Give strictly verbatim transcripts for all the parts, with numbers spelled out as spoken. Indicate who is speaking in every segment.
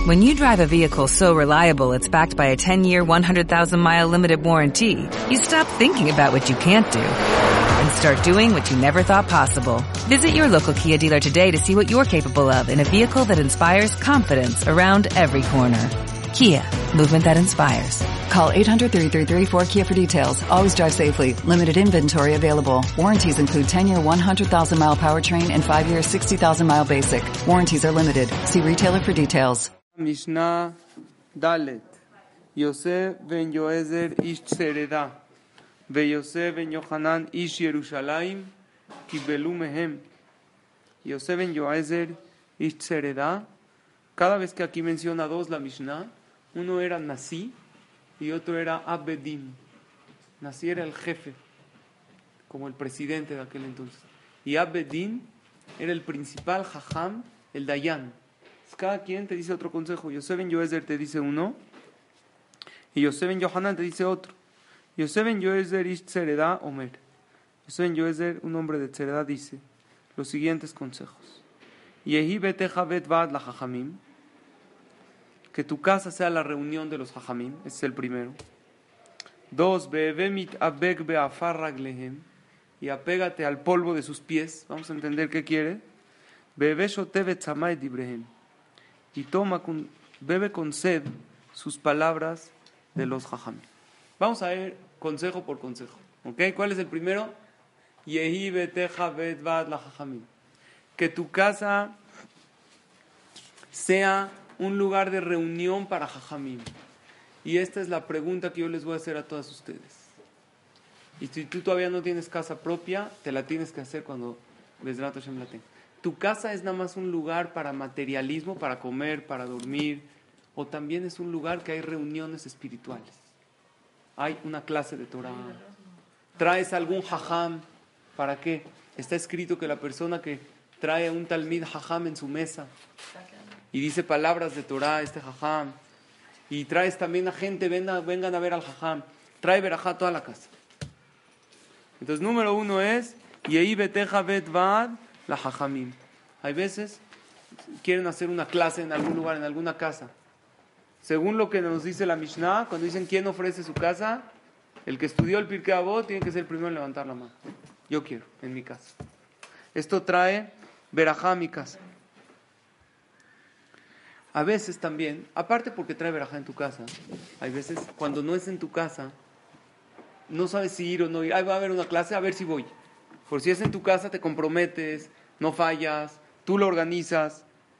Speaker 1: When you drive a vehicle so reliable it's backed by a ten-year, one hundred thousand mile limited warranty, you stop thinking about what you can't do and start doing what you never thought possible. Visit your local Kia dealer today to see what you're capable of in a vehicle that inspires confidence around every corner. Kia, movement that inspires.
Speaker 2: Call eight hundred, three three three, four K I A for details. Always drive safely. Limited inventory available. Warranties include ten-year, one hundred thousand mile powertrain and five-year, sixty thousand mile basic. Warranties are limited. See retailer for details.
Speaker 3: Mishnah Dalet. Yosef ben Yoezer ish Tsereda. Ve Yosef ben Yohanan ish Yerushalayim. Kibelu mehem. Yosef ben Yoezer ish Tsereda. Cada vez que aquí menciona dos la Mishnah, uno era Nasi y otro era Abedim. Nasi era el jefe, como el presidente de aquel entonces. Y Abedim era el principal Jajam, el Dayan. Cada quien te dice otro consejo. Yosef ben Yoezer te dice uno y Yosef ben Yohanan te dice otro. Yosef ben Yoezer ish Tsereda Omer. Yosef ben Yoezer, un hombre de Tsereda, dice los siguientes consejos. Yehi beteja bet vad la Jajamim. Que tu casa sea la reunión de los Jajamim. Ese es el primero. Dos, be'eve mit abek be'afar raglehem. Y apégate al polvo de sus pies. Vamos a entender qué quiere. Be'eve shote betzamay dibrehem. Y toma con, bebe con sed sus palabras de los Jajamim. Vamos a ver consejo por consejo. ¿Ok? ¿Cuál es el primero? Yehi beteja bet vad la Jajamim. Que tu casa sea un lugar de reunión para Jajamim. Y esta es la pregunta que yo les voy a hacer a todas ustedes. Y si tú todavía no tienes casa propia, te la tienes que hacer cuando Bezrat Hashem la tenga. ¿Tu casa es nada más un lugar para materialismo, para comer, para dormir? ¿O también es un lugar que hay reuniones espirituales? Hay una clase de Torah. ¿Traes algún Jajam? ¿Para qué? Está escrito que la persona que trae un talmid Jajam en su mesa y dice palabras de Torah, este Jajam, y traes también a gente, vengan, vengan a ver al Jajam, trae verajá a toda la casa. Entonces, número uno es Yehi beteja bet vad la Jajamim. Hay veces quieren hacer una clase en algún lugar, en alguna casa. Según lo que nos dice la Mishnah, cuando dicen quién ofrece su casa, el que estudió el Pirkei Avot tiene que ser el primero en levantar la mano. Yo quiero, en mi casa. Esto trae verajá a mi casa. A veces también, aparte porque trae verajá en tu casa, hay veces cuando no es en tu casa, no sabes si ir o no ir. Ahí va a haber una clase, a ver si voy. Por si es en tu casa, te comprometes, no fallas, tú lo organizas.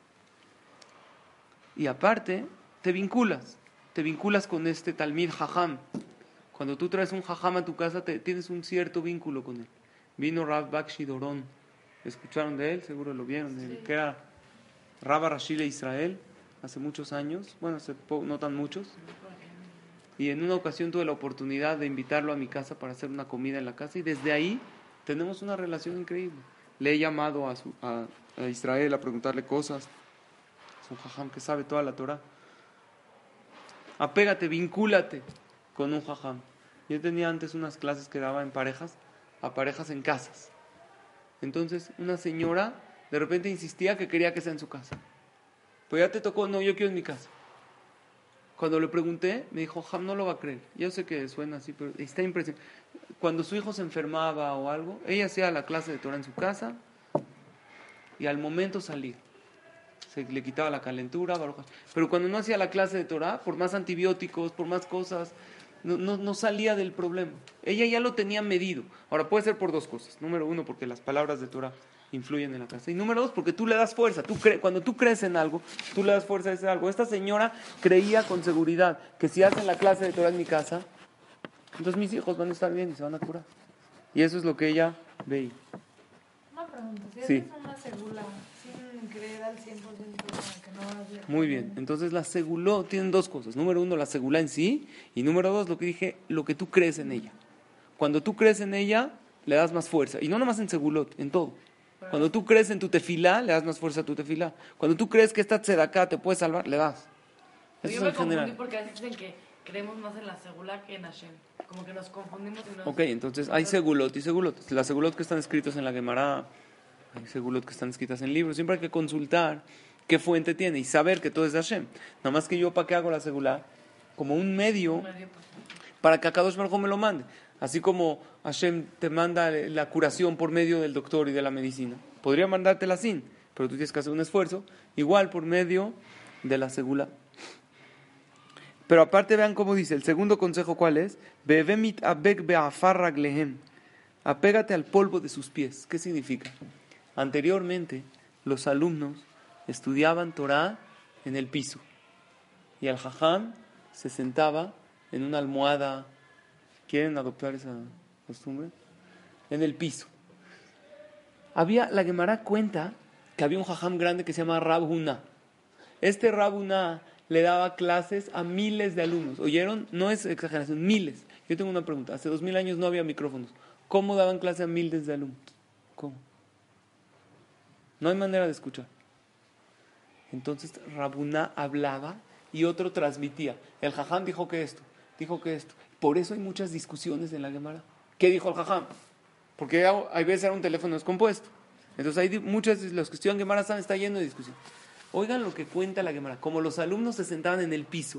Speaker 3: Y aparte, te vinculas. Te vinculas con este talmid jajam. Cuando tú traes un jajam a tu casa, te, tienes un cierto vínculo con él. Vino Rav Bakshi Doron. ¿Escucharon de él? Seguro lo vieron. Sí. Que era Rabba Rashile Israel, hace muchos años. Bueno, hace poco, no tan muchos. Y en una ocasión tuve la oportunidad de invitarlo a mi casa para hacer una comida en la casa. Y desde ahí tenemos una relación increíble. Le he llamado a, su, a, a Israel a preguntarle cosas. Es un jajam que sabe toda la Torah. Apégate, vincúlate con un jajam. Yo tenía antes unas clases que daba en parejas, a parejas en casas. Entonces una señora de repente insistía que quería que sea en su casa. Pues ya te tocó, no, yo quiero en mi casa. Cuando le pregunté, me dijo, Jam, no lo va a creer. Yo sé que suena así, pero está impresionante. Cuando su hijo se enfermaba o algo, ella hacía la clase de Torah en su casa y al momento salir, se le quitaba la calentura. Pero cuando no hacía la clase de Torah, por más antibióticos, por más cosas, no, no, no salía del problema. Ella ya lo tenía medido. Ahora, puede ser por dos cosas. Número uno, porque las palabras de Torah influyen en la casa. Y número dos, porque tú le das fuerza. Tú cre- cuando tú crees en algo, tú le das fuerza a ese algo. Esta señora creía con seguridad que si hacen la clase de Torah en mi casa, entonces mis hijos van a estar bien y se van a curar. Y eso es lo que ella veía.
Speaker 4: Una pregunta, si
Speaker 3: sí.
Speaker 4: haces una segula sin creer al cien por ciento que no va a ser...
Speaker 3: Muy bien, entonces la seguló tienen dos cosas. Número uno, la segulá en sí. Y número dos, lo que dije, lo que tú crees en ella. Cuando tú crees en ella, le das más fuerza. Y no nomás en segulot, en todo. Cuando tú crees en tu tefilá, le das más fuerza a tu tefilá. Cuando tú crees que esta tzedaká te puede salvar, le das. Eso
Speaker 4: Yo
Speaker 3: es
Speaker 4: me
Speaker 3: en
Speaker 4: confundí
Speaker 3: general.
Speaker 4: porque a veces dicen que creemos más en la segula que en Hashem. Como que nos confundimos. Y nos...
Speaker 3: Ok, entonces hay segulot y segulot. Las segulot que están escritos en la Gemara, hay segulot que están escritas en libros. Siempre hay que consultar qué fuente tiene y saber que todo es de Hashem. Nada más que yo, ¿para qué hago la segula? Como un medio para que Akadosh Baruj Hu me lo mande. Así como Hashem te manda la curación por medio del doctor y de la medicina. Podría mandártela sin, pero tú tienes que hacer un esfuerzo, igual por medio de la segula. Pero aparte vean cómo dice, el segundo consejo, ¿cuál es? Apégate al polvo de sus pies. ¿Qué significa? Anteriormente, los alumnos estudiaban Torah en el piso. Y el jajam se sentaba en una almohada. ¿Quieren adoptar esa costumbre? En el piso. Había, la Gemara cuenta que había un jajam grande que se llama Rab Huna. Este Rab Huna le daba clases a miles de alumnos. ¿Oyeron? No es exageración, miles. Yo tengo una pregunta. Hace dos mil años no había micrófonos. ¿Cómo daban clase a miles de alumnos? ¿Cómo? No hay manera de escuchar. Entonces Rab Huna hablaba y otro transmitía. El jajam dijo que esto, dijo que esto. Por eso hay muchas discusiones en la Gemara. ¿Qué dijo el jajam? Porque hay veces era un teléfono descompuesto. Entonces hay muchas, los que estudian Gemara saben, está lleno de discusión. Oigan lo que cuenta la Gemara. Como los alumnos se sentaban en el piso,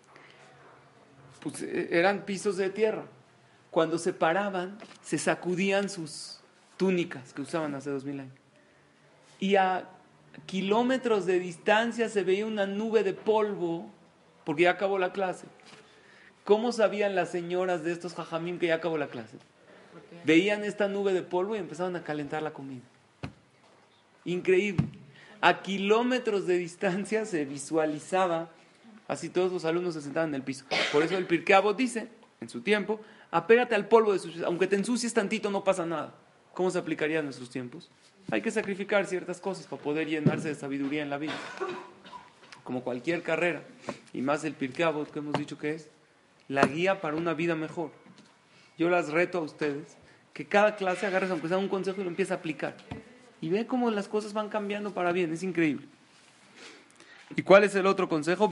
Speaker 3: pues eran pisos de tierra. Cuando se paraban, se sacudían sus túnicas que usaban hace dos mil años. Y a kilómetros de distancia se veía una nube de polvo, porque ya acabó la clase. ¿Cómo sabían las señoras de estos jajamim que ya acabó la clase? Veían esta nube de polvo y empezaban a calentar la comida. Increíble. A kilómetros de distancia se visualizaba, así todos los alumnos se sentaban en el piso. Por eso el Pirkei Avot dice, en su tiempo, apégate al polvo de sus pies. Aunque te ensucies tantito, no pasa nada. ¿Cómo se aplicaría en nuestros tiempos? Hay que sacrificar ciertas cosas para poder llenarse de sabiduría en la vida. Como cualquier carrera. Y más el Pirkei Avot, que hemos dicho que es la guía para una vida mejor. Yo las reto a ustedes que cada clase agarres, aunque sea un consejo, y lo empiece a aplicar. Y ve cómo las cosas van cambiando para bien. Es increíble. ¿Y cuál es el otro consejo?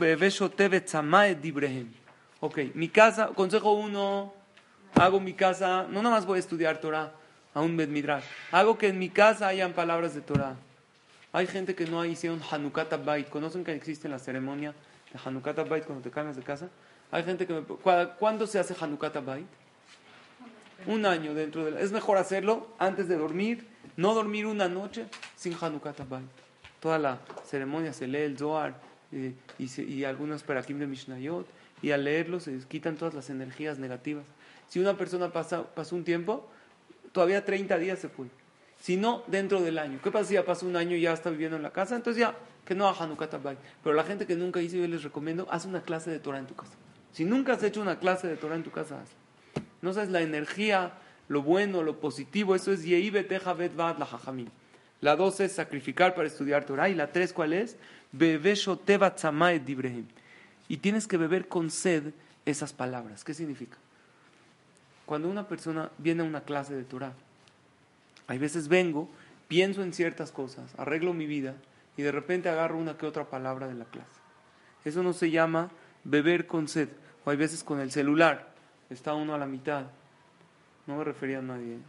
Speaker 3: Ok, mi casa, consejo uno, hago mi casa, no nada más voy a estudiar Torah, a un Bet Midrash. Hago que en mi casa hayan palabras de Torah. Hay gente que no hicieron Hanukkah Bait. ¿Conocen que existe la ceremonia de Hanukkah Bait cuando te cambias de casa? Hay gente que me... ¿Cuándo se hace Hanukkah Bait? Un año dentro de la... Es mejor hacerlo antes de dormir, no dormir una noche sin Hanukkah Bait. Toda la ceremonia se lee el Zohar eh, y, se, y algunos perakim de Mishnayot, y al leerlo se quitan todas las energías negativas. Si una persona pasa, pasó un tiempo, todavía treinta días se fue. Si no, dentro del año. ¿Qué pasa si ya pasó un año y ya está viviendo en la casa? Entonces ya, que no haga Hanukkah Bait. Pero la gente que nunca hizo, yo les recomiendo, haz una clase de Torah en tu casa. Si nunca has hecho una clase de Torah en tu casa, haz. No sabes la energía, lo bueno, lo positivo. Eso es Yehi Beteja Bet Vaad la Jajamim. La dos es sacrificar para estudiar Torah. Y la tres, ¿cuál es? Bebe Shoteva Tzamaet Dibrehim. Y tienes que beber con sed esas palabras. ¿Qué significa? Cuando una persona viene a una clase de Torah, hay veces vengo, pienso en ciertas cosas, arreglo mi vida y de repente agarro una que otra palabra de la clase. Eso no se llama beber con sed. O hay veces con el celular, está uno a la mitad. No me refería a nadie.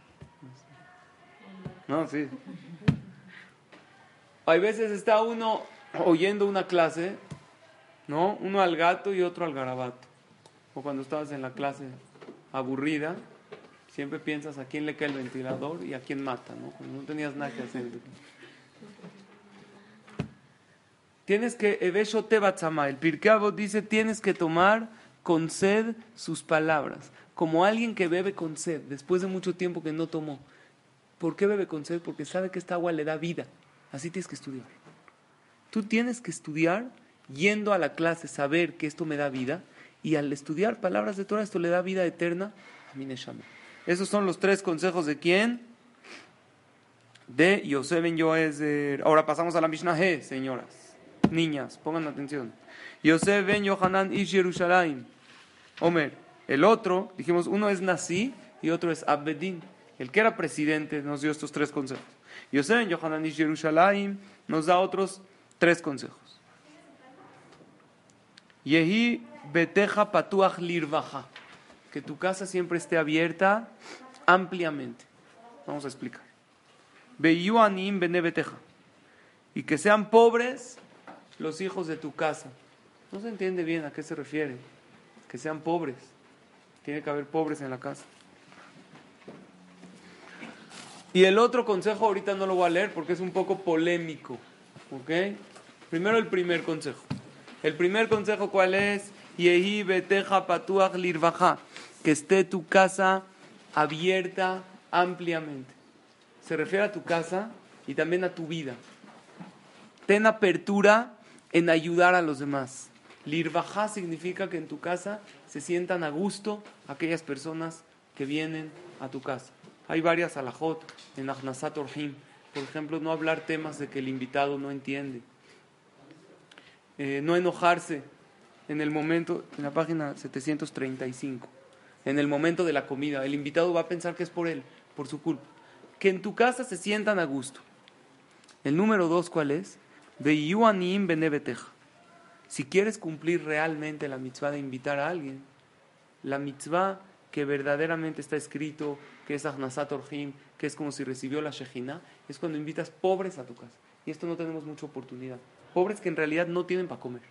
Speaker 3: No, sí. Hay veces está uno oyendo una clase, ¿no? Uno al gato y otro al garabato. O cuando estabas en la clase aburrida, siempre piensas a quién le cae el ventilador y a quién mata, ¿no? Cuando no tenías nada que hacer. Tienes que, Evesho Tebatzama, el Pirkei Avot dice, tienes que tomar con sed sus palabras, como alguien que bebe con sed, después de mucho tiempo que no tomó. ¿Por qué bebe con sed? Porque sabe que esta agua le da vida. Así tienes que estudiar. Tú tienes que estudiar yendo a la clase, saber que esto me da vida, y al estudiar palabras de Torah, esto le da vida eterna a mi Neshama. Esos son los tres consejos de quién? De Yosef ben Yoezer. Ahora pasamos a la Mishnah He, señoras, niñas, pongan atención. Yosef ben Yohanan ish Yerushalayim. Omer, el otro, dijimos, uno es Nasi y otro es Abedin. El que era presidente nos dio estos tres consejos. Yosef ben Yohanan ish Yerushalayim nos da otros tres consejos. Yehi beteja patuach lirvaja. Que tu casa siempre esté abierta ampliamente. Vamos a explicar. Beyu anim bene beteja. Y que sean pobres los hijos de tu casa. No se entiende bien a qué se refiere. Que sean pobres. Tiene que haber pobres en la casa. Y el otro consejo, ahorita no lo voy a leer porque es un poco polémico. ¿Ok? Primero el primer consejo. El primer consejo, ¿cuál es? Yehi beteja patuach lirvaja. Que esté tu casa abierta ampliamente. Se refiere a tu casa y también a tu vida. Ten apertura en ayudar a los demás. Lirvaja significa que en tu casa se sientan a gusto aquellas personas que vienen a tu casa. Hay varias alajot en Achnasat Orhim. Por ejemplo, no hablar temas de que el invitado no entiende. Eh, no enojarse en el momento, en la página setecientos treinta y cinco, en el momento de la comida. El invitado va a pensar que es por él, por su culpa. Que en tu casa se sientan a gusto. El número dos, ¿cuál es? Veyu aniim bene beteja. Si quieres cumplir realmente la mitzvah de invitar a alguien, la mitzvah que verdaderamente está escrito, que es Achnasat Orhim, que es como si recibió la Shejina, es cuando invitas pobres a tu casa. Y esto no tenemos mucha oportunidad. Pobres que en realidad no tienen para comer.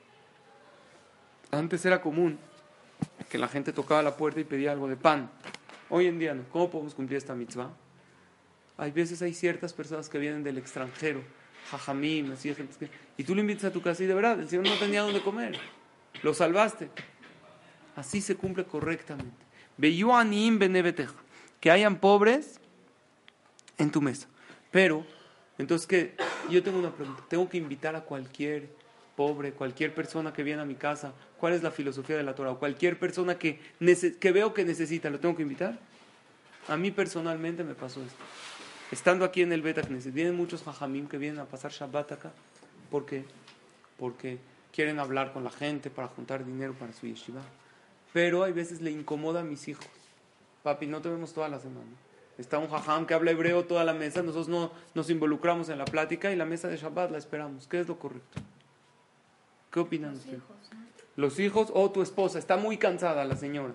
Speaker 3: Antes era común que la gente tocaba la puerta y pedía algo de pan. Hoy en día no. ¿Cómo podemos cumplir esta mitzvah? Hay veces hay ciertas personas que vienen del extranjero, jajamim, así, gente que, y tú lo invitas a tu casa y de verdad, el Señor no tenía dónde comer. Lo salvaste. Así se cumple correctamente. Veyu aniim bene beteja. Que hayan pobres en tu mesa. Pero, entonces, ¿qué? Yo tengo una pregunta. ¿Tengo que invitar a cualquier pobre, cualquier persona que viene a mi casa? ¿Cuál es la filosofía de la Torah? Cualquier persona que, nece- que veo que necesita, ¿lo tengo que invitar? A mí personalmente me pasó esto. Estando aquí en el Bet Knesset, vienen muchos jajamim que vienen a pasar Shabbat acá. ¿Por qué? Porque quieren hablar con la gente para juntar dinero para su yeshiva. Pero hay veces le incomoda a mis hijos. Papi, no te vemos toda la semana. Está un jajam que habla hebreo toda la mesa, nosotros no nos involucramos en la plática y la mesa de Shabbat la esperamos. ¿Qué es lo correcto? ¿Qué opinan
Speaker 4: Los
Speaker 3: ustedes?
Speaker 4: hijos, ¿no?
Speaker 3: Los hijos o tu esposa. Está muy cansada la señora.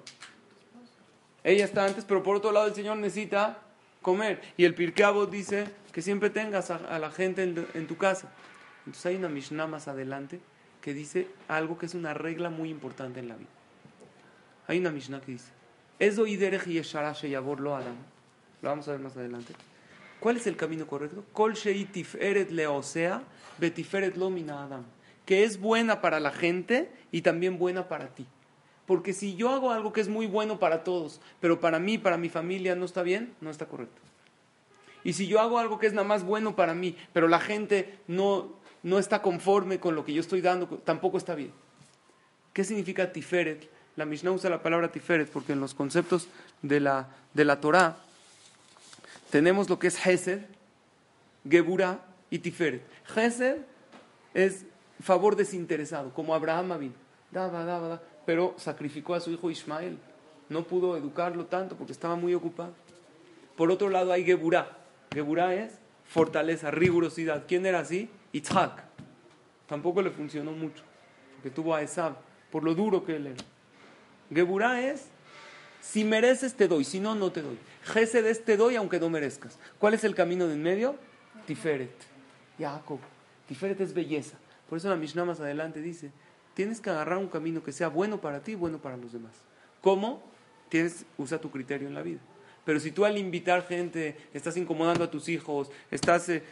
Speaker 3: Ella está antes, pero por otro lado el Señor necesita comer. Y el Pirkei Avot dice que siempre tengas a, a la gente en, en tu casa. Entonces hay una Mishnah más adelante que dice algo que es una regla muy importante en la vida. Hay una Mishnah que dice: Ezo iderech yeshara sheyavor lo adam. Lo vamos a ver más adelante. ¿Cuál es el camino correcto? Kol shei tiferet leosea betiferet lo mina adam. Que es buena para la gente y también buena para ti. Porque si yo hago algo que es muy bueno para todos, pero para mí, para mi familia no está bien, no está correcto. Y si yo hago algo que es nada más bueno para mí, pero la gente no, no está conforme con lo que yo estoy dando, tampoco está bien. ¿Qué significa tiferet? La Mishnah usa la palabra tiferet porque en los conceptos de la, de la Torah tenemos lo que es Hesed, Geburah y tiferet. Hesed es favor desinteresado, como Abraham Avinu. Daba, daba, daba. Pero sacrificó a su hijo Ismael. No pudo educarlo tanto porque estaba muy ocupado. Por otro lado hay Geburah. Geburah es fortaleza, rigurosidad. ¿Quién era así? Yitzhak. Tampoco le funcionó mucho porque tuvo a Esab por lo duro que él era. Geburah es: si mereces te doy, si no, no te doy. Gesed es: te doy aunque no merezcas. ¿Cuál es el camino de en medio? Tiferet. Jacob. Tiferet es belleza. Por eso la Mishnah más adelante dice: tienes que agarrar un camino que sea bueno para ti y bueno para los demás. ¿Cómo? Tienes, usa tu criterio en la vida. Pero si tú al invitar gente estás incomodando a tus hijos, estás eh,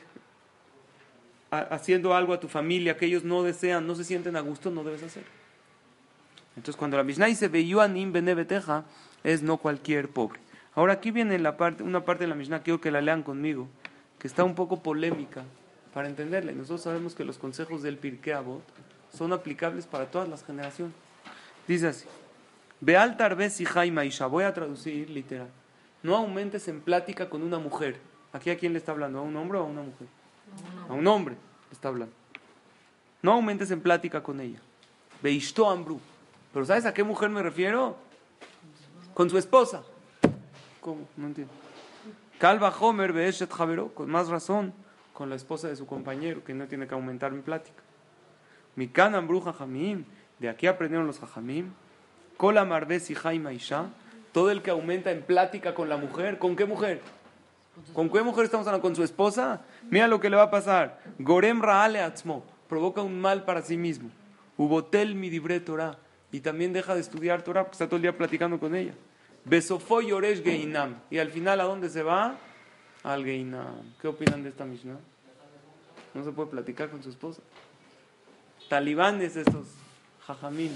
Speaker 3: a, haciendo algo a tu familia que ellos no desean, no se sienten a gusto, no debes hacer. Entonces cuando la Mishnah dice Veyu anim bene beteja, es no cualquier pobre. Ahora aquí viene la parte, una parte de la Mishnah, quiero que la lean conmigo, que está un poco polémica para entenderla. Y nosotros sabemos que los consejos del Pirkei Avot son aplicables para todas las generaciones. Dice así: Beal tarbes y jaima isha. Voy a traducir literal. No aumentes en plática con una mujer. ¿Aquí a quién le está hablando? ¿A un hombre o a una mujer? No. A un hombre le está hablando. No aumentes en plática con ella. Beishto ambru. Pero ¿sabes a qué mujer me refiero? Con su esposa. ¿Cómo? No entiendo. Kalva homer beeshet javero. Con más razón, con la esposa de su compañero, que no tiene que aumentar mi plática. Mikan ambru jajamim. De aquí aprendieron los jajamim. Kol amarbes y jaima isha. Todo el que aumenta en plática con la mujer. ¿Con qué mujer? ¿Con qué mujer estamos hablando? ¿Con su esposa? Mira lo que le va a pasar. Gorem raale atzmo. provoca un mal para sí mismo. Ubotel mi dibre Torah. Y también deja de estudiar Torah porque está todo el día platicando con ella. Besofo yoresh geinam. Y al final, ¿a dónde se va? Al geinam. ¿Qué opinan de esta Mishnah? No se puede platicar con su esposa. Talibanes estos, jajamín.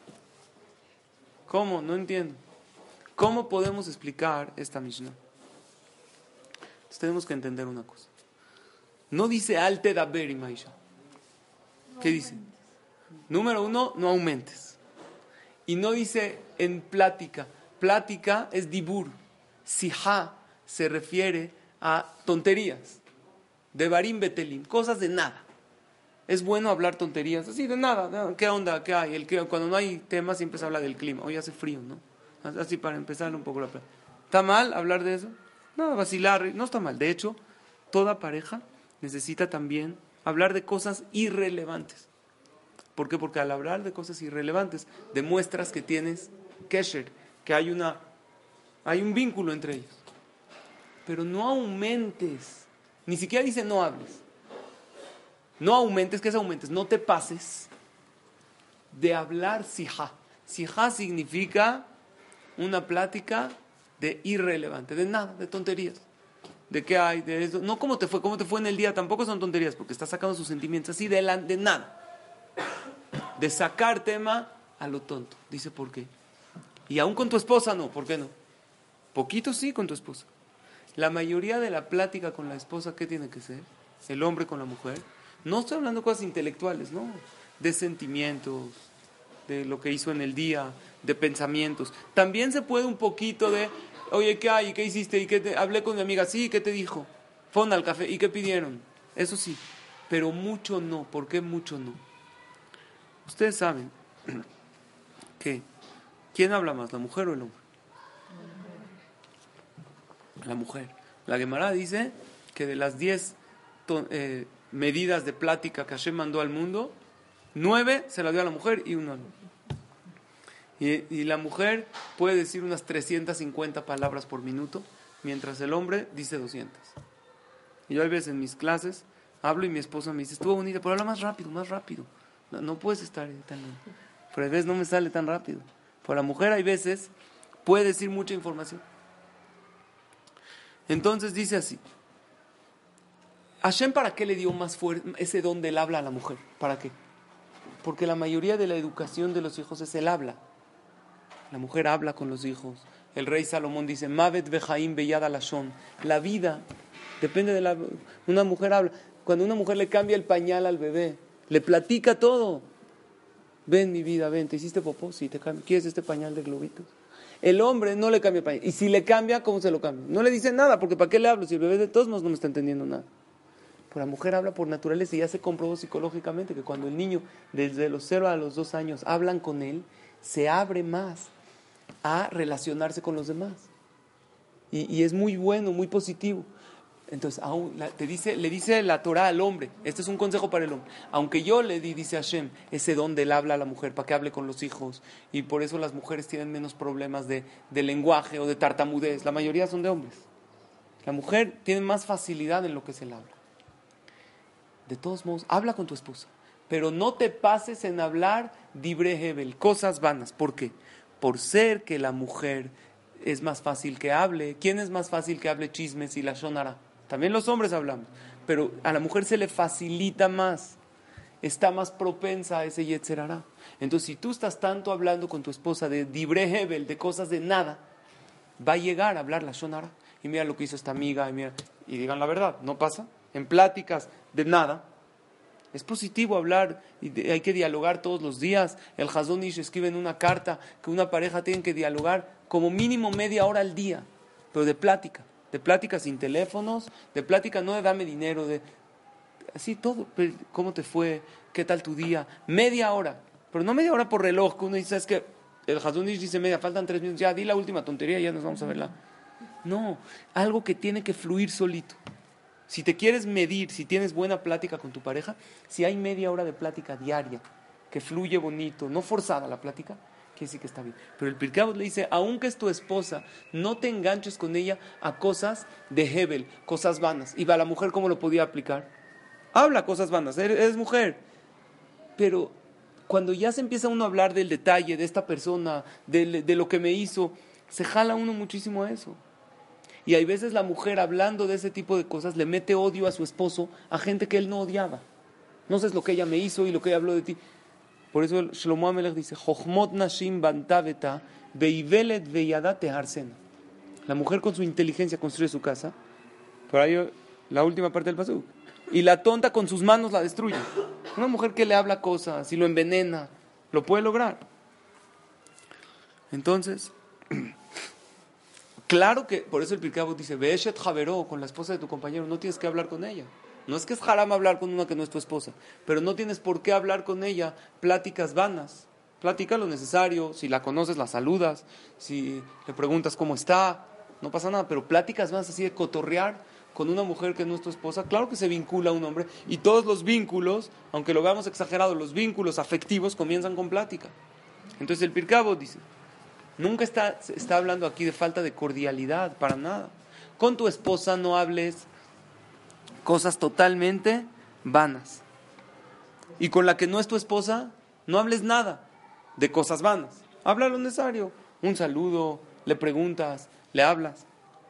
Speaker 3: ¿Cómo? No entiendo. ¿Cómo podemos explicar esta Mishnah? Entonces tenemos que entender una cosa. No dice alte daber y maisha. ¿Qué dice? Número uno, no aumentes. Y no dice en plática. Plática es dibur. Sijá se refiere a tonterías. Devarim betelim, cosas de nada. Es bueno hablar tonterías, así de nada. ¿Qué onda? ¿Qué hay? El, cuando no hay tema siempre se habla del clima. Hoy hace frío, ¿no? Así para empezar un poco la plática. ¿Está mal hablar de eso? No, vacilar, no está mal. De hecho, toda pareja necesita también hablar de cosas irrelevantes. ¿Por qué? Porque al hablar de cosas irrelevantes demuestras que tienes kesher, que hay una, hay un vínculo entre ellos. Pero no aumentes. Ni siquiera dice no hables. No aumentes, ¿qué es aumentes? No te pases de hablar sijá. Sijá significa una plática de irrelevante, de nada, de tonterías. ¿De qué hay? De eso. No cómo te fue, cómo te fue en el día, tampoco son tonterías, porque estás sacando sus sentimientos así de, la, de nada. De sacar tema a lo tonto. Dice, ¿por qué? Y aún con tu esposa no, ¿por qué no? Poquito sí con tu esposa. La mayoría de la plática con la esposa, ¿qué tiene que ser? El hombre con la mujer. No estoy hablando de cosas intelectuales, no. De sentimientos, de lo que hizo en el día, de pensamientos. También se puede un poquito de, oye, ¿qué hay? ¿Qué hiciste? ¿Y qué te... Hablé con mi amiga, sí, ¿qué te dijo? Fueron al café, ¿y qué pidieron? Eso sí, pero mucho no. ¿Por qué mucho no? Ustedes saben que, ¿quién habla más, la mujer o el hombre? La mujer. La Gemara dice que de las diez eh, medidas de plática que Hashem mandó al mundo, nueve se la dio a la mujer y una no. Y, y la mujer puede decir unas trescientas cincuenta palabras por minuto, mientras el hombre dice doscientas. Y yo a veces en mis clases hablo y mi esposa me dice, estuvo bonita, pero habla más rápido, más rápido. No, no puedes estar tan... Pero a veces no me sale tan rápido. Por la mujer hay veces puede decir mucha información. Entonces dice así, Hashem, ¿para qué le dio más fuerte ese don del habla a la mujer? ¿Para qué? Porque la mayoría de la educación de los hijos es el habla. La mujer habla con los hijos. El rey Salomón dice, Mavet vejaim beyad alashon. La vida depende de la... Una mujer habla. Cuando una mujer le cambia el pañal al bebé, le platica todo. Ven mi vida, ven, ¿te hiciste popó? Sí, te cambio. ¿Quieres este pañal de globitos? El hombre no le cambia el pañal. Y si le cambia, ¿cómo se lo cambia? No le dice nada, porque ¿para qué le hablo? Si el bebé de todos modos no me está entendiendo nada. Pero la mujer habla por naturaleza y ya se comprobó psicológicamente que cuando el niño, desde los cero a los dos años, hablan con él, se abre más a relacionarse con los demás. Y, y es muy bueno, muy positivo. Entonces, aún, la, te dice, le dice la Torah al hombre, este es un consejo para el hombre, aunque yo le di, dice Hashem, ese don del habla a la mujer, para que hable con los hijos, y por eso las mujeres tienen menos problemas de, de lenguaje o de tartamudez, la mayoría son de hombres. La mujer tiene más facilidad en lo que es el habla. De todos modos, habla con tu esposa, pero no te pases en hablar dibre hebel, cosas vanas. ¿Por qué? Por ser que la mujer es más fácil que hable. ¿Quién es más fácil que hable chismes y la shonara? También los hombres hablamos, pero a la mujer se le facilita más, está más propensa a ese yetzer hará. Entonces, si tú estás tanto hablando con tu esposa de dibre hebel, de cosas de nada, va a llegar a hablar la shonara. Y mira lo que hizo esta amiga, y, mira, y digan la verdad, no pasa. En pláticas de nada, es positivo hablar, y de, hay que dialogar todos los días. El Hazon Ish escribe en una carta que una pareja tiene que dialogar como mínimo media hora al día, pero de plática. De plática sin teléfonos, de plática no de dame dinero, de así todo, ¿cómo te fue? ¿Qué tal tu día? Media hora, pero no media hora por reloj, que uno dice, es que el Hazon Ish dice media, faltan tres minutos, ya di la última tontería y ya nos vamos a verla. No, algo que tiene que fluir solito. Si te quieres medir, si tienes buena plática con tu pareja, si hay media hora de plática diaria, que fluye bonito, no forzada la plática, quiere decir que está bien. Pero el Pirkei Avot le dice, aunque es tu esposa, no te enganches con ella a cosas de hebel, cosas vanas. Y a la mujer, ¿cómo lo podía aplicar? Habla cosas vanas, eres mujer. pero cuando ya se empieza uno a hablar del detalle de esta persona, de, de lo que me hizo, se jala uno muchísimo a eso. Y hay veces la mujer, hablando de ese tipo de cosas, le mete odio a su esposo, a gente que él no odiaba. No sabes lo que ella me hizo y lo que ella habló de ti. Por eso Shlomo Amelech dice, Jochmot nashim bantaveta, veivelet veyadate harsena. La mujer con su inteligencia construye su casa. Por ahí la última parte del pasuk. Y la tonta con sus manos la destruye. Una mujer que le habla cosas y lo envenena, lo puede lograr. Entonces, claro que, por eso el Pirkei Avot dice, Be'eshet Javero, con la esposa de tu compañero, no tienes que hablar con ella. No es que es haram hablar con una que no es tu esposa, pero no tienes por qué hablar con ella pláticas vanas. Platica lo necesario, si la conoces la saludas, si le preguntas cómo está, no pasa nada, pero pláticas vanas así de cotorrear con una mujer que no es tu esposa, claro que se vincula a un hombre, y todos los vínculos, aunque lo veamos exagerado, los vínculos afectivos comienzan con plática. Entonces el Pirkei Avot dice, nunca está, está hablando aquí de falta de cordialidad, para nada. Con tu esposa no hables cosas totalmente vanas. Y con la que no es tu esposa, no hables nada de cosas vanas. Habla lo necesario. Un saludo, le preguntas, le hablas.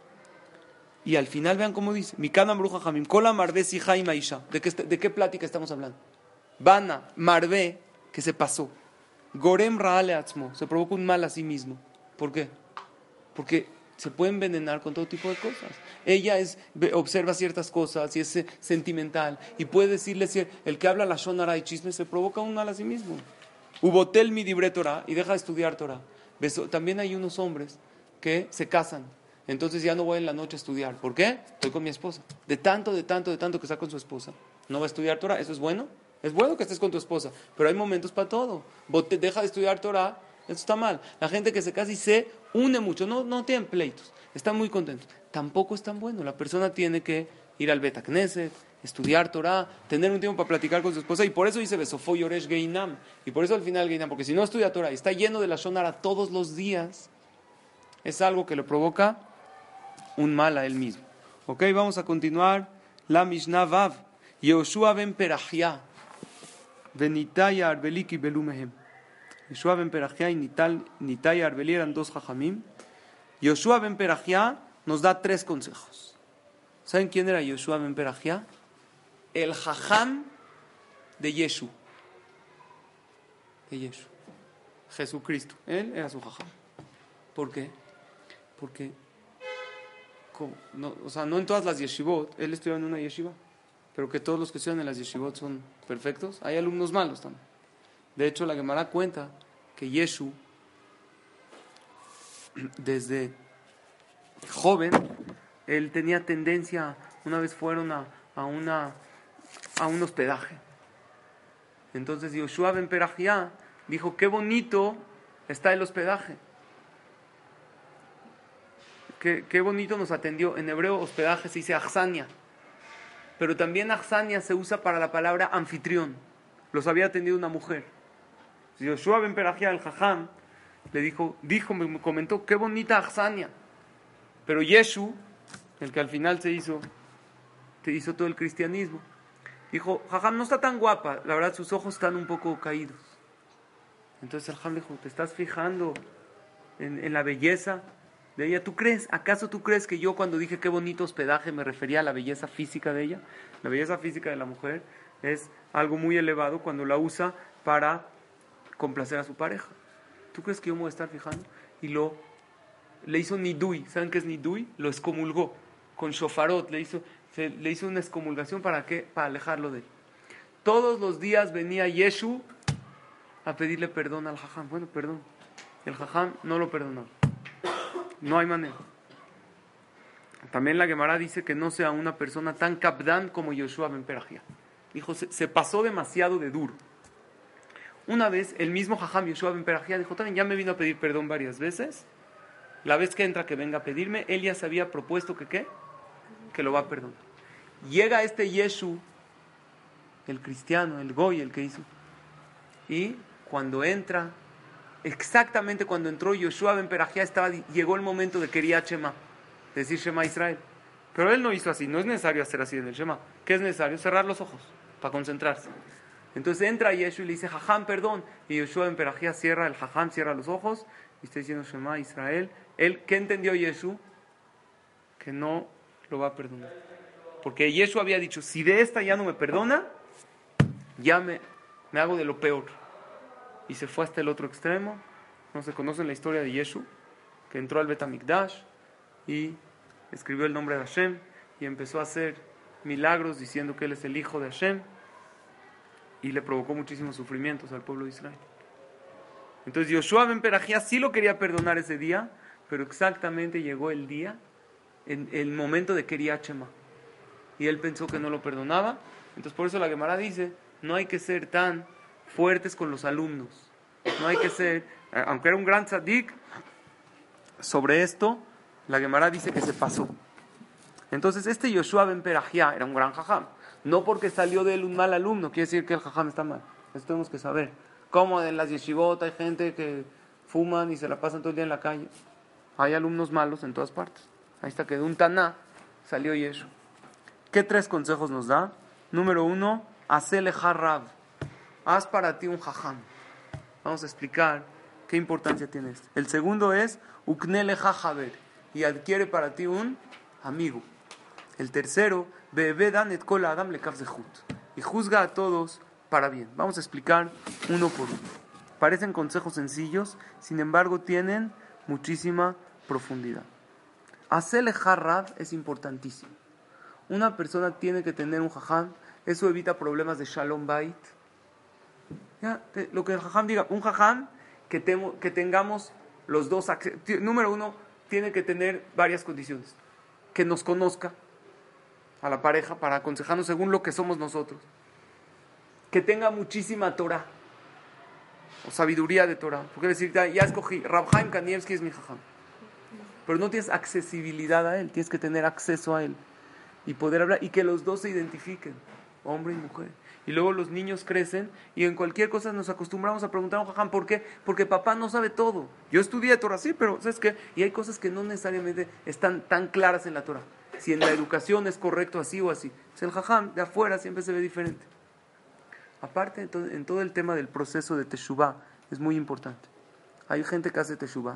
Speaker 3: Y al final vean cómo dice, Mikana Bruja Jamim, Kola Marbe Sija y Maisha. ¿De qué, ¿De qué plática estamos hablando? Vana, Marbe, que se pasó. Gorem Raale Atzmo, se provoca un mal a sí mismo. ¿Por qué? Porque se puede envenenar con todo tipo de cosas. Ella es, observa ciertas cosas y es eh, sentimental. Y puede decirle, si el que habla la shonara y chisme se provoca un mal a sí mismo. Ubotel mi dibre Torah y deja de estudiar Torah. También hay unos hombres que se casan. Entonces ya no voy en la noche a estudiar. ¿Por qué? Estoy con mi esposa. De tanto, de tanto, de tanto que está con su esposa. ¿No va a estudiar Torah? ¿Eso es bueno? Es bueno que estés con tu esposa, pero hay momentos para todo. Deja de estudiar Torah, eso está mal. La gente que se casa y se une mucho, no, no tienen pleitos, están muy contentos. Tampoco es tan bueno. La persona tiene que ir al Bet Knesset, estudiar Torah, tener un tiempo para platicar con su esposa. Y por eso dice Besofo Yoresh Geinam. Y por eso al final Geinam, porque si no estudia Torah y está lleno de la Shonara todos los días, es algo que le provoca un mal a él mismo. Ok, vamos a continuar. La Mishnah Vav. Yehoshua ben Perachia. Venitaya Arbeliki Belumehem. Yehoshua ben Perachia y Nitaya Arbeli eran dos jajamim. Yehoshua ben Perachia nos da tres consejos. ¿Saben quién era Yehoshua ben Perachia? El jajam de Yeshu. De Yeshu. Jesucristo. Él era su jajam. ¿Por qué? Porque, no, o sea, no en todas las yeshivot, él estudió en una yeshiva. Pero que todos los que estudian en las yeshivot son perfectos. Hay alumnos malos también. De hecho, la Gemara cuenta que Yeshu, desde joven, él tenía tendencia, una vez fueron a, a, una, a un hospedaje. Entonces Yehoshua ben Perachia dijo, qué bonito está el hospedaje. Qué, qué bonito nos atendió. En hebreo hospedaje se dice achsania. Pero también achsania se usa para la palabra anfitrión. Los había atendido una mujer. Yehoshua ben Perachia, el jajam, le dijo, dijo, me comentó, qué bonita achsania. Pero Yeshu, el que al final se hizo, se hizo todo el cristianismo, dijo, jajam, no está tan guapa, la verdad sus ojos están un poco caídos. Entonces el jajam le dijo, ¿te estás fijando en, en la belleza de ella? ¿Tú crees, acaso tú crees que yo cuando dije qué bonito hospedaje me refería a la belleza física de ella? La belleza física de la mujer es algo muy elevado cuando la usa para complacer a su pareja. ¿Tú crees que yo me voy a estar fijando? Y lo le hizo nidui. ¿Saben qué es nidui? Lo excomulgó con shofarot, le hizo, se, le hizo una excomulgación. ¿Para qué? Para alejarlo de él. Todos los días venía Yeshu a pedirle perdón al jajam. Bueno, perdón. El jajam no lo perdonó. No hay manera. También la Gemara dice que no sea una persona tan kapdan como Yehoshua ben Perachia. Dijo, se, se pasó demasiado de duro. Una vez, el mismo jajam Yehoshua ben Perachia dijo, también ya me vino a pedir perdón varias veces. La vez que entra que venga a pedirme, él ya se había propuesto que ¿qué? Que lo va a perdonar. Llega este Yeshu, el cristiano, el goy, el que hizo. Y cuando entra, exactamente cuando entró Yehoshua ben Perachia, estaba, llegó el momento de Kriyat Shema, decir Shema Israel. Pero él no hizo así, no es necesario hacer así en el Shema. ¿Qué es necesario? Cerrar los ojos, para concentrarse. Entonces entra Yeshu y le dice, Jajam, perdón. Y Yoshua ben Perajía cierra, el Jajam cierra los ojos y está diciendo, Shema Israel. Él, ¿qué entendió Yeshu? Que no lo va a perdonar. Porque Yeshu había dicho, si de esta ya no me perdona, ya me, me hago de lo peor. Y se fue hasta el otro extremo. No se conoce la historia de Yeshu, que entró al Bet HaMikdash y escribió el nombre de Hashem y empezó a hacer milagros diciendo que él es el hijo de Hashem, y le provocó muchísimos sufrimientos al pueblo de Israel. Entonces Yoshua ben Perajía sí lo quería perdonar ese día, pero exactamente llegó el día, en el momento de Kriyat Shema, y él pensó que no lo perdonaba. Entonces por eso la Gemara dice, no hay que ser tan fuertes con los alumnos, no hay que ser, aunque era un gran tzadik, sobre esto la Gemara dice que se pasó. Entonces este Yoshua ben Perajía era un gran jajam, no porque salió de él un mal alumno quiere decir que el jajam está mal. Esto tenemos que saber. Como en las yeshivot hay gente que fuman y se la pasan todo el día en la calle, hay alumnos malos en todas partes. Ahí está que de un taná salió Yeshu. ¿Qué tres consejos nos da? Número uno, hacele harrab, haz para ti un jajam. Vamos a explicar qué importancia tiene esto. El segundo es uknele jajaber, y adquiere para ti un amigo. El tercero, bebedan et kol adam lekaf zehut, y juzga a todos para bien. Vamos a explicar uno por uno. Parecen consejos sencillos, sin embargo tienen muchísima profundidad. Hacerle harrab es importantísimo. Una persona tiene que tener un jajam, eso evita problemas de shalom bait. Ya, te, lo que el jajam diga, un jajam que, temo, que tengamos los dos. Número uno, tiene que tener varias condiciones. Que nos conozca a la pareja para aconsejarnos según lo que somos nosotros. Que tenga muchísima Torah o sabiduría de Torah. Porque decir, ya escogí, Rab Chaim Kanievski es mi jajam, pero no tienes accesibilidad a él, tienes que tener acceso a él y poder hablar, y que los dos se identifiquen, hombre y mujer. Y luego los niños crecen y en cualquier cosa nos acostumbramos a preguntar a un jajam, ¿por qué? Porque papá no sabe todo. Yo estudié Torah, sí, pero ¿sabes qué? Y hay cosas que no necesariamente están tan claras en la Torah. Si en la educación es correcto así o así. Entonces el jajam de afuera siempre se ve diferente. Aparte, en todo el tema del proceso de teshuvah, es muy importante. Hay gente que hace teshuvah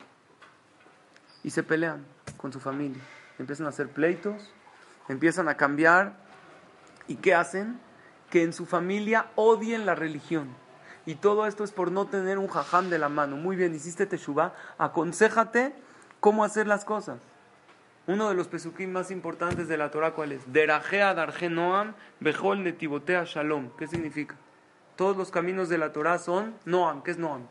Speaker 3: y se pelean con su familia. Empiezan a hacer pleitos, empiezan a cambiar. ¿Y qué hacen? Que en su familia odien la religión. Y todo esto es por no tener un jajam de la mano. Muy bien, hiciste teshuvah, aconséjate cómo hacer las cosas. Uno de los pesukim más importantes de la Torah, ¿cuál es? Derajea darje noam bechol netivotea shalom. ¿Qué significa? Todos los caminos de la Torah son noam. ¿Qué es noam?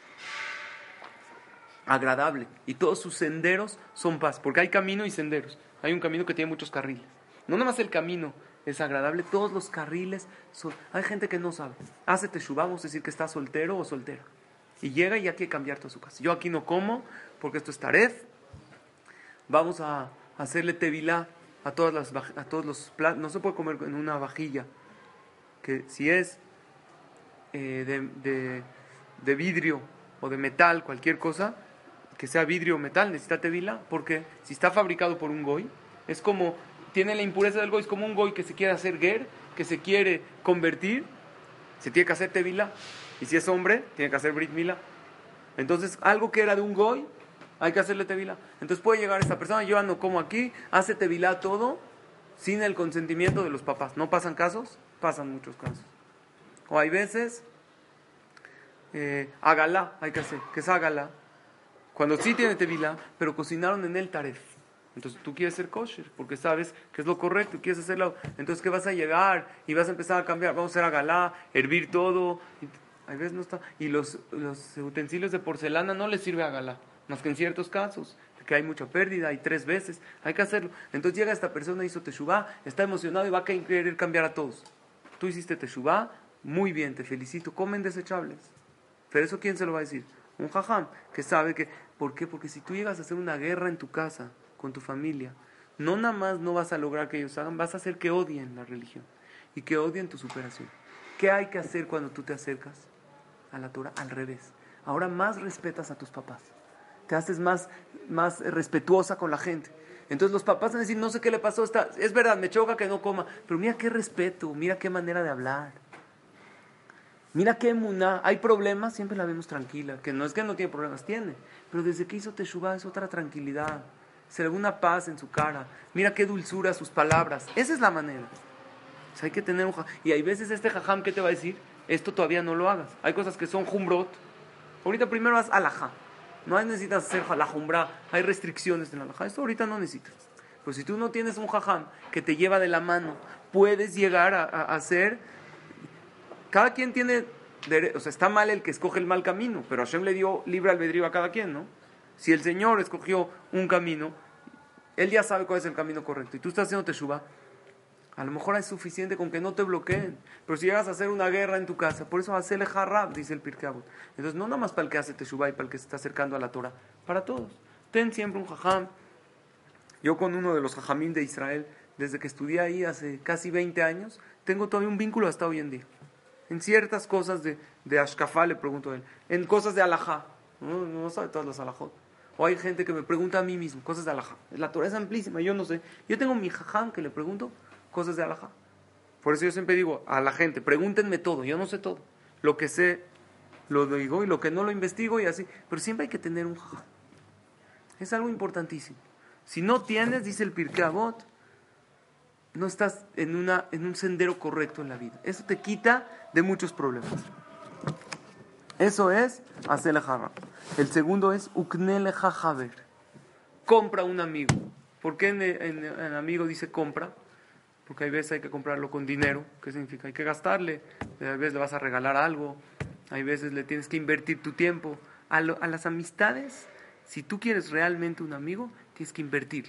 Speaker 3: Agradable. Y todos sus senderos son paz. Porque hay camino y senderos. Hay un camino que tiene muchos carriles. No nada más el camino es agradable, todos los carriles son... Hay gente que no sabe. Hace teshuvah, vamos a decir que está soltero o soltera. Y llega y ya quiere cambiar toda su casa. Yo aquí no como porque esto es taref. Vamos a hacerle tevilá a, todas las, a todos los platos. No se puede comer en una vajilla que si es eh, de, de, de vidrio o de metal, cualquier cosa, que sea vidrio o metal, necesita tevilá. Porque si está fabricado por un goy, es como, tiene la impureza del goy, es como un goy que se quiere hacer ger, que se quiere convertir, se tiene que hacer tevilá. Y si es hombre, tiene que hacer brit milá. Entonces, algo que era de un goy, hay que hacerle tevilá. Entonces puede llegar esta persona, yo no como aquí, hace tevilá todo, sin el consentimiento de los papás. ¿No pasan casos? Pasan muchos casos. O hay veces, eh, agalá, hay que hacer. ¿Qué es agalá? Cuando sí tiene tevilá, pero cocinaron en el taref. Entonces tú quieres ser kosher, porque sabes que es lo correcto, quieres hacerlo. Entonces, ¿qué vas a llegar? Y vas a empezar a cambiar, vamos a hacer agalá, hervir todo. Y, a veces no está. Y los, los utensilios de porcelana no les sirve agalá. Más que en ciertos casos, que hay mucha pérdida, hay tres veces, hay que hacerlo. Entonces llega esta persona, hizo teshuvah, está emocionado y va a querer cambiar a todos. Tú hiciste teshuvah, muy bien, te felicito, comen desechables. Pero eso ¿quién se lo va a decir? Un jajam, que sabe que... ¿Por qué? Porque si tú llegas a hacer una guerra en tu casa, con tu familia, no nada más no vas a lograr que ellos hagan, vas a hacer que odien la religión y que odien tu superación. ¿Qué hay que hacer cuando tú te acercas a la Torah? Al revés. Ahora más respetas a tus papás. Te haces más, más respetuosa con la gente. Entonces los papás van a decir, no sé qué le pasó, está, es verdad, me choca que no coma, pero mira qué respeto, mira qué manera de hablar. Mira qué emuná, hay problemas, siempre la vemos tranquila, que no es que no tiene problemas, tiene, pero desde que hizo Teshuvah es otra tranquilidad, se le ve una paz en su cara, mira qué dulzura sus palabras, esa es la manera. O sea, hay que tener un jajam, y hay veces este jajam que te va a decir, esto todavía no lo hagas, hay cosas que son jumbrot, ahorita primero haz alajá, no necesitas hacer la jumbra, hay restricciones en la alajá, esto ahorita no necesitas, pero si tú no tienes un jajam que te lleva de la mano, puedes llegar a, a, a hacer... Cada quien tiene, o sea, está mal el que escoge el mal camino, pero Hashem le dio libre albedrío a cada quien, ¿no? Si el Señor escogió un camino, Él ya sabe cuál es el camino correcto, y tú estás haciendo teshuvah, a lo mejor es suficiente con que no te bloqueen, pero si llegas a hacer una guerra en tu casa, por eso hacele harab, dice el Pirkei Avot. Entonces, no nada más para el que hace teshuvah y para el que se está acercando a la Torah, para todos. Ten siempre un jajam. Yo con uno de los jajamín de Israel, desde que estudié ahí hace casi veinte años, tengo todavía un vínculo hasta hoy en día. En ciertas cosas de, de Ashkafá le pregunto a él. En cosas de alajá. No, no sabe todas las alajot. O hay gente que me pregunta a mí mismo cosas de alajá. La Torah es amplísima, yo no sé. Yo tengo mi jajam que le pregunto cosas de alajá. Por eso yo siempre digo a la gente, pregúntenme todo, yo no sé todo. Lo que sé lo digo y lo que no lo investigo y así. Pero siempre hay que tener un jajam. Es algo importantísimo. Si no tienes, dice el Pirkei Avot, no estás en, una, en un sendero correcto en la vida. Eso te quita de muchos problemas. Eso es hacerle jarra. El segundo es uknele jajaber. Compra un amigo. ¿Por qué en, en, en amigo dice compra? Porque hay veces hay que comprarlo con dinero. ¿Qué significa? Hay que gastarle. Hay veces le vas a regalar algo. Hay veces le tienes que invertir tu tiempo. A, lo, a las amistades, si tú quieres realmente un amigo, tienes que invertirle.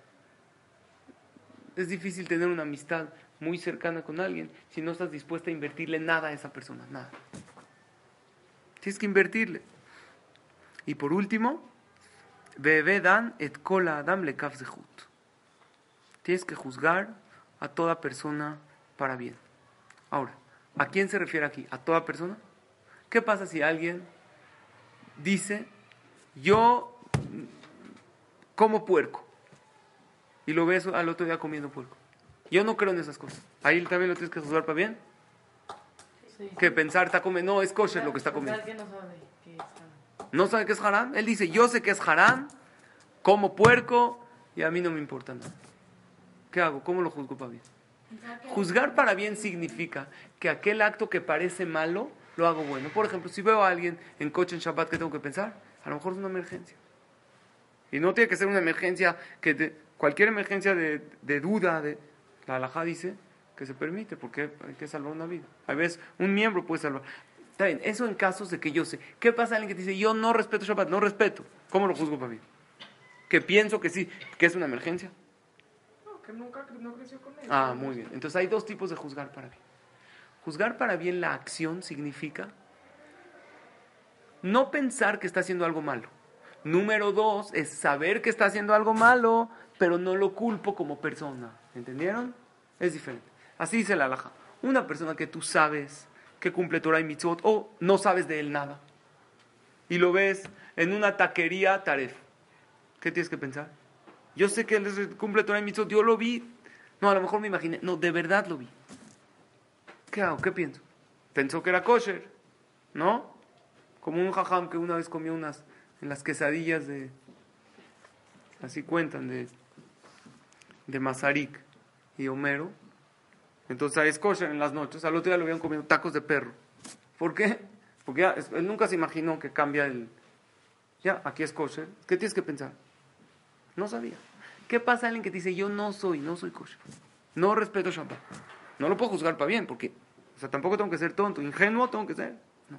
Speaker 3: Es difícil tener una amistad muy cercana con alguien si no estás dispuesta a invertirle nada a esa persona, nada. Tienes que invertirle. Y por último, Bebedan et kol adam lekaf zehut. Tienes que juzgar a toda persona para bien. Ahora, ¿a quién se refiere aquí? ¿A toda persona? ¿Qué pasa si alguien dice, yo como puerco? Y lo ves al otro día comiendo puerco. Yo no creo en esas cosas. Ahí también lo tienes que juzgar para bien. Sí. Que pensar, está comiendo, no, es kosher lo que está comiendo. No sabe que es haram. ¿No sabe que es haram? Él dice, yo sé que es haram, como puerco y a mí no me importa nada. ¿Qué hago? ¿Cómo lo juzgo para bien? Juzgar para bien significa que aquel acto que parece malo, lo hago bueno. Por ejemplo, si veo a alguien en coche en Shabbat, ¿qué tengo que pensar? A lo mejor es una emergencia. Y no tiene que ser una emergencia que... Te, Cualquier emergencia de, de duda, de, la halajá dice que se permite, porque hay que salvar una vida. A veces un miembro puede salvar. Está bien, eso en casos de que yo sé. ¿Qué pasa a alguien que te dice, yo no respeto Shabbat, no respeto? ¿Cómo lo juzgo para mí? Que pienso que sí, que es una emergencia.
Speaker 4: No, que nunca no creció con él.
Speaker 3: Ah, muy bien. Entonces hay dos tipos de juzgar para bien. Juzgar para bien la acción significa no pensar que está haciendo algo malo. Número dos es saber que está haciendo algo malo, pero no lo culpo como persona. ¿Entendieron? Es diferente. Así dice la halajá. Una persona que tú sabes que cumple Torah y mitzvot, o no sabes de él nada, y lo ves en una taquería taref, ¿qué tienes que pensar? Yo sé que él cumple Torah y mitzvot, yo lo vi. No, a lo mejor me imaginé. No, de verdad lo vi. ¿Qué hago? ¿Qué pienso? Pensó que era kosher, ¿no? Como un jajam que una vez comió unas en las quesadillas de, así cuentan, de de Masarik y Homero. Entonces es kosher en las noches. Al otro día lo habían comido tacos de perro. ¿Por qué? Porque ya, él nunca se imaginó que cambia el... Ya, aquí es kosher. ¿Qué tienes que pensar? No sabía. ¿Qué pasa a alguien que te dice, yo no soy, no soy kosher? No respeto Shabbat. No lo puedo juzgar para bien, porque... O sea, tampoco tengo que ser tonto. Ingenuo tengo que ser. No.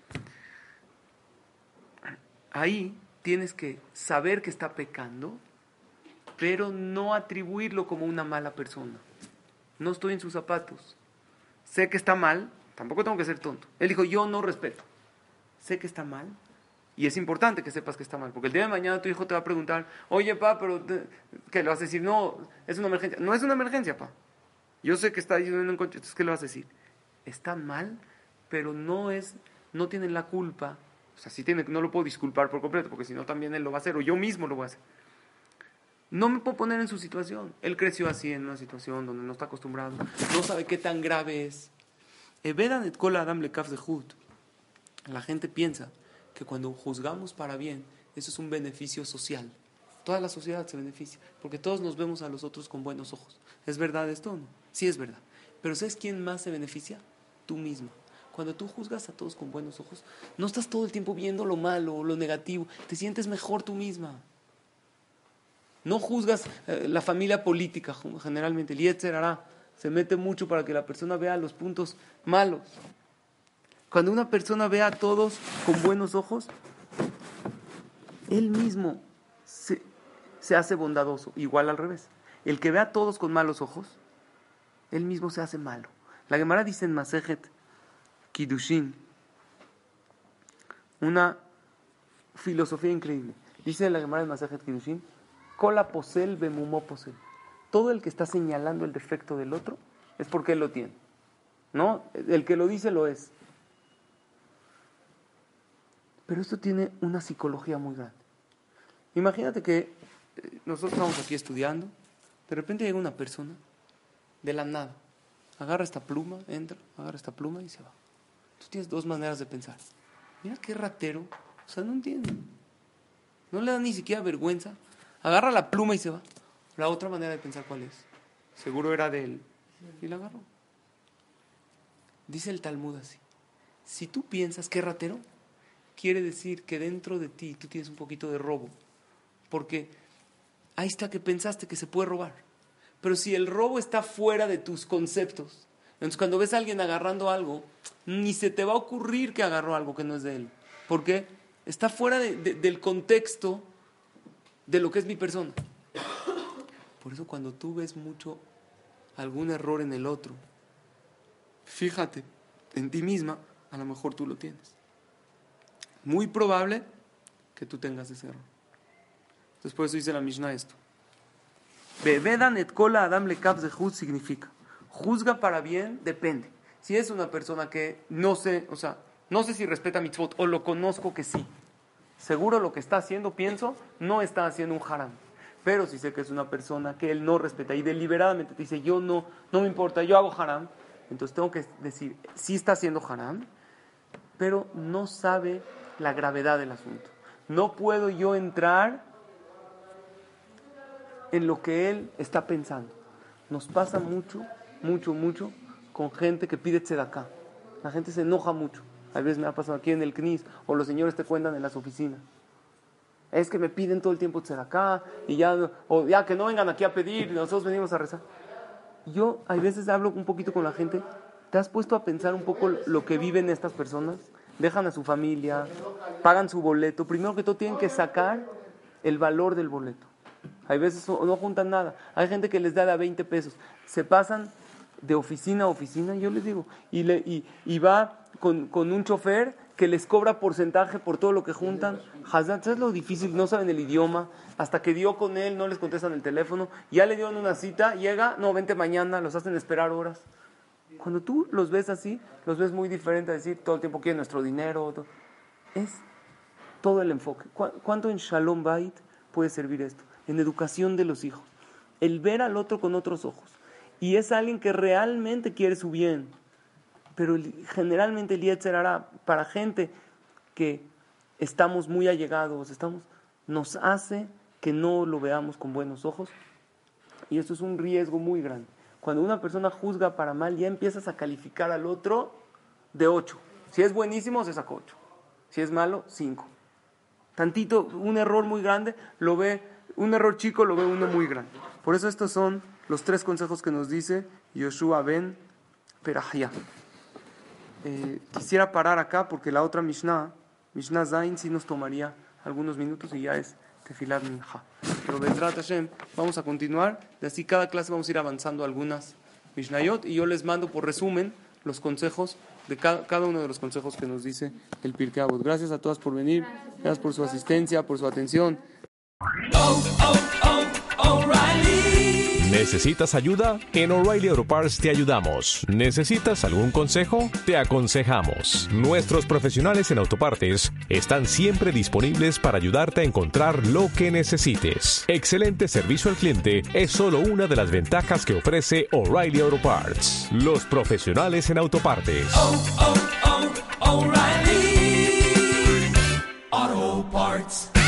Speaker 3: Ahí tienes que saber que está pecando, pero no atribuirlo como una mala persona. No estoy en sus zapatos. Sé que está mal, tampoco tengo que ser tonto. Él dijo, yo no respeto. Sé que está mal, y es importante que sepas que está mal, porque el día de mañana tu hijo te va a preguntar, oye, pa, pero te... ¿qué le vas a decir? No, es una emergencia. No es una emergencia, pa. Yo sé que está yendo en coche, entonces ¿qué le vas a decir? Está mal, pero no es, no tienen la culpa. O sea, sí tiene, no lo puedo disculpar por completo, porque si no también él lo va a hacer, o yo mismo lo voy a hacer. No me puedo poner en su situación. Él creció así, en una situación donde no está acostumbrado, no sabe qué tan grave es. Evedan et kol adam lekaf zehut. La gente piensa que cuando juzgamos para bien, eso es un beneficio social. Toda la sociedad se beneficia, porque todos nos vemos a los otros con buenos ojos. ¿Es verdad esto o no? Sí es verdad. Pero ¿sabes quién más se beneficia? Tú misma. Cuando tú juzgas a todos con buenos ojos, no estás todo el tiempo viendo lo malo, lo negativo. Te sientes mejor tú misma. No juzgas eh, la familia política, generalmente. El Yetzer Hará se mete mucho para que la persona vea los puntos malos. Cuando una persona ve a todos con buenos ojos, él mismo se, se hace bondadoso. Igual al revés. El que ve a todos con malos ojos, él mismo se hace malo. La Gemara dice en Masejet Kiddushin una filosofía increíble. Dice la Gemara en Masejet Kiddushin: Kola posel bemumó posel. Todo el que está señalando el defecto del otro es porque él lo tiene, ¿no? El que lo dice lo es. Pero esto tiene una psicología muy grande. Imagínate que nosotros estamos aquí estudiando, de repente llega una persona de la nada, agarra esta pluma, entra, agarra esta pluma y se va. Tú tienes dos maneras de pensar. Mira qué ratero, o sea, no entiende. No le da ni siquiera vergüenza. Agarra la pluma y se va. La otra manera de pensar, ¿cuál es? Seguro era de él. Y la agarró. Dice el Talmud así: si tú piensas que ratero, quiere decir que dentro de ti tú tienes un poquito de robo. Porque ahí está que pensaste que se puede robar. Pero si el robo está fuera de tus conceptos, entonces cuando ves a alguien agarrando algo, ni se te va a ocurrir que agarró algo que no es de él. Porque está fuera de, de, del contexto de lo que es mi persona. Por eso cuando tú ves mucho algún error en el otro, fíjate en ti misma, a lo mejor tú lo tienes. Muy probable que tú tengas ese error. Entonces por eso dice la Mishnah esto: Bevedan et kola adam lekaf zehut significa juzga para bien, depende. Si es una persona que no sé, o sea, no sé si respeta mitzvot o lo conozco que sí, seguro lo que está haciendo, pienso, no está haciendo un haram. Pero si sé que es una persona que él no respeta y deliberadamente te dice: yo no, no me importa, yo hago haram, entonces tengo que decir, sí está haciendo haram, pero no sabe la gravedad del asunto. No puedo yo entrar en lo que él está pensando. Nos pasa mucho, mucho, mucho con gente que pide tzedaká. La gente se enoja mucho. A veces me ha pasado aquí en el C N I S, o los señores te cuentan en las oficinas. Es que me piden todo el tiempo tzedaká, y ya, o ya que no vengan aquí a pedir, nosotros venimos a rezar. Yo a veces hablo un poquito con la gente. ¿Te has puesto a pensar un poco lo que viven estas personas? Dejan a su familia, pagan su boleto. Primero que todo tienen que sacar el valor del boleto. Hay veces no juntan nada. Hay gente que les da de a veinte pesos. Se pasan de oficina a oficina, yo les digo, y, le, y, y va con, con un chofer que les cobra porcentaje por todo lo que juntan. Hazat, ¿sabes lo difícil? No saben el idioma. Hasta que dio con él, no les contestan el teléfono. Ya le dieron una cita, llega, no, vente mañana, los hacen esperar horas. Cuando tú los ves así, los ves muy diferente a decir, todo el tiempo quieren nuestro dinero. Todo. Es todo el enfoque. ¿Cuánto en Shalom Bait puede servir esto? En educación de los hijos. El ver al otro con otros ojos. Y es alguien que realmente quiere su bien. Pero generalmente el Yetzer Hará, para gente que estamos muy allegados, estamos, nos hace que no lo veamos con buenos ojos. Y eso es un riesgo muy grande. Cuando una persona juzga para mal, ya empiezas a calificar al otro de ocho. Si es buenísimo, se saca ocho. Si es malo, cinco. Tantito, un error muy grande, lo ve, un error chico lo ve uno muy grande. Por eso estos son los tres consejos que nos dice Yoshua ben Perahia. Eh, quisiera parar acá porque la otra Mishnah, Mishnah Zain, sí nos tomaría algunos minutos y ya es Tefilat Minja. Pero Bezrat Hashem, vamos a continuar. De así cada clase vamos a ir avanzando algunas Mishnayot y yo les mando por resumen los consejos de cada, cada uno de los consejos que nos dice el Pirkei Avot. Gracias a todas por venir, gracias por su asistencia, por su atención. Oh, oh, oh, O'Reilly.
Speaker 5: ¿Necesitas ayuda? En O'Reilly Auto Parts te ayudamos. ¿Necesitas algún consejo? Te aconsejamos. Nuestros profesionales en autopartes están siempre disponibles para ayudarte a encontrar lo que necesites. Excelente servicio al cliente es solo una de las ventajas que ofrece O'Reilly Auto Parts. Los profesionales en autopartes.
Speaker 6: Oh, oh, oh, O'Reilly Auto Parts.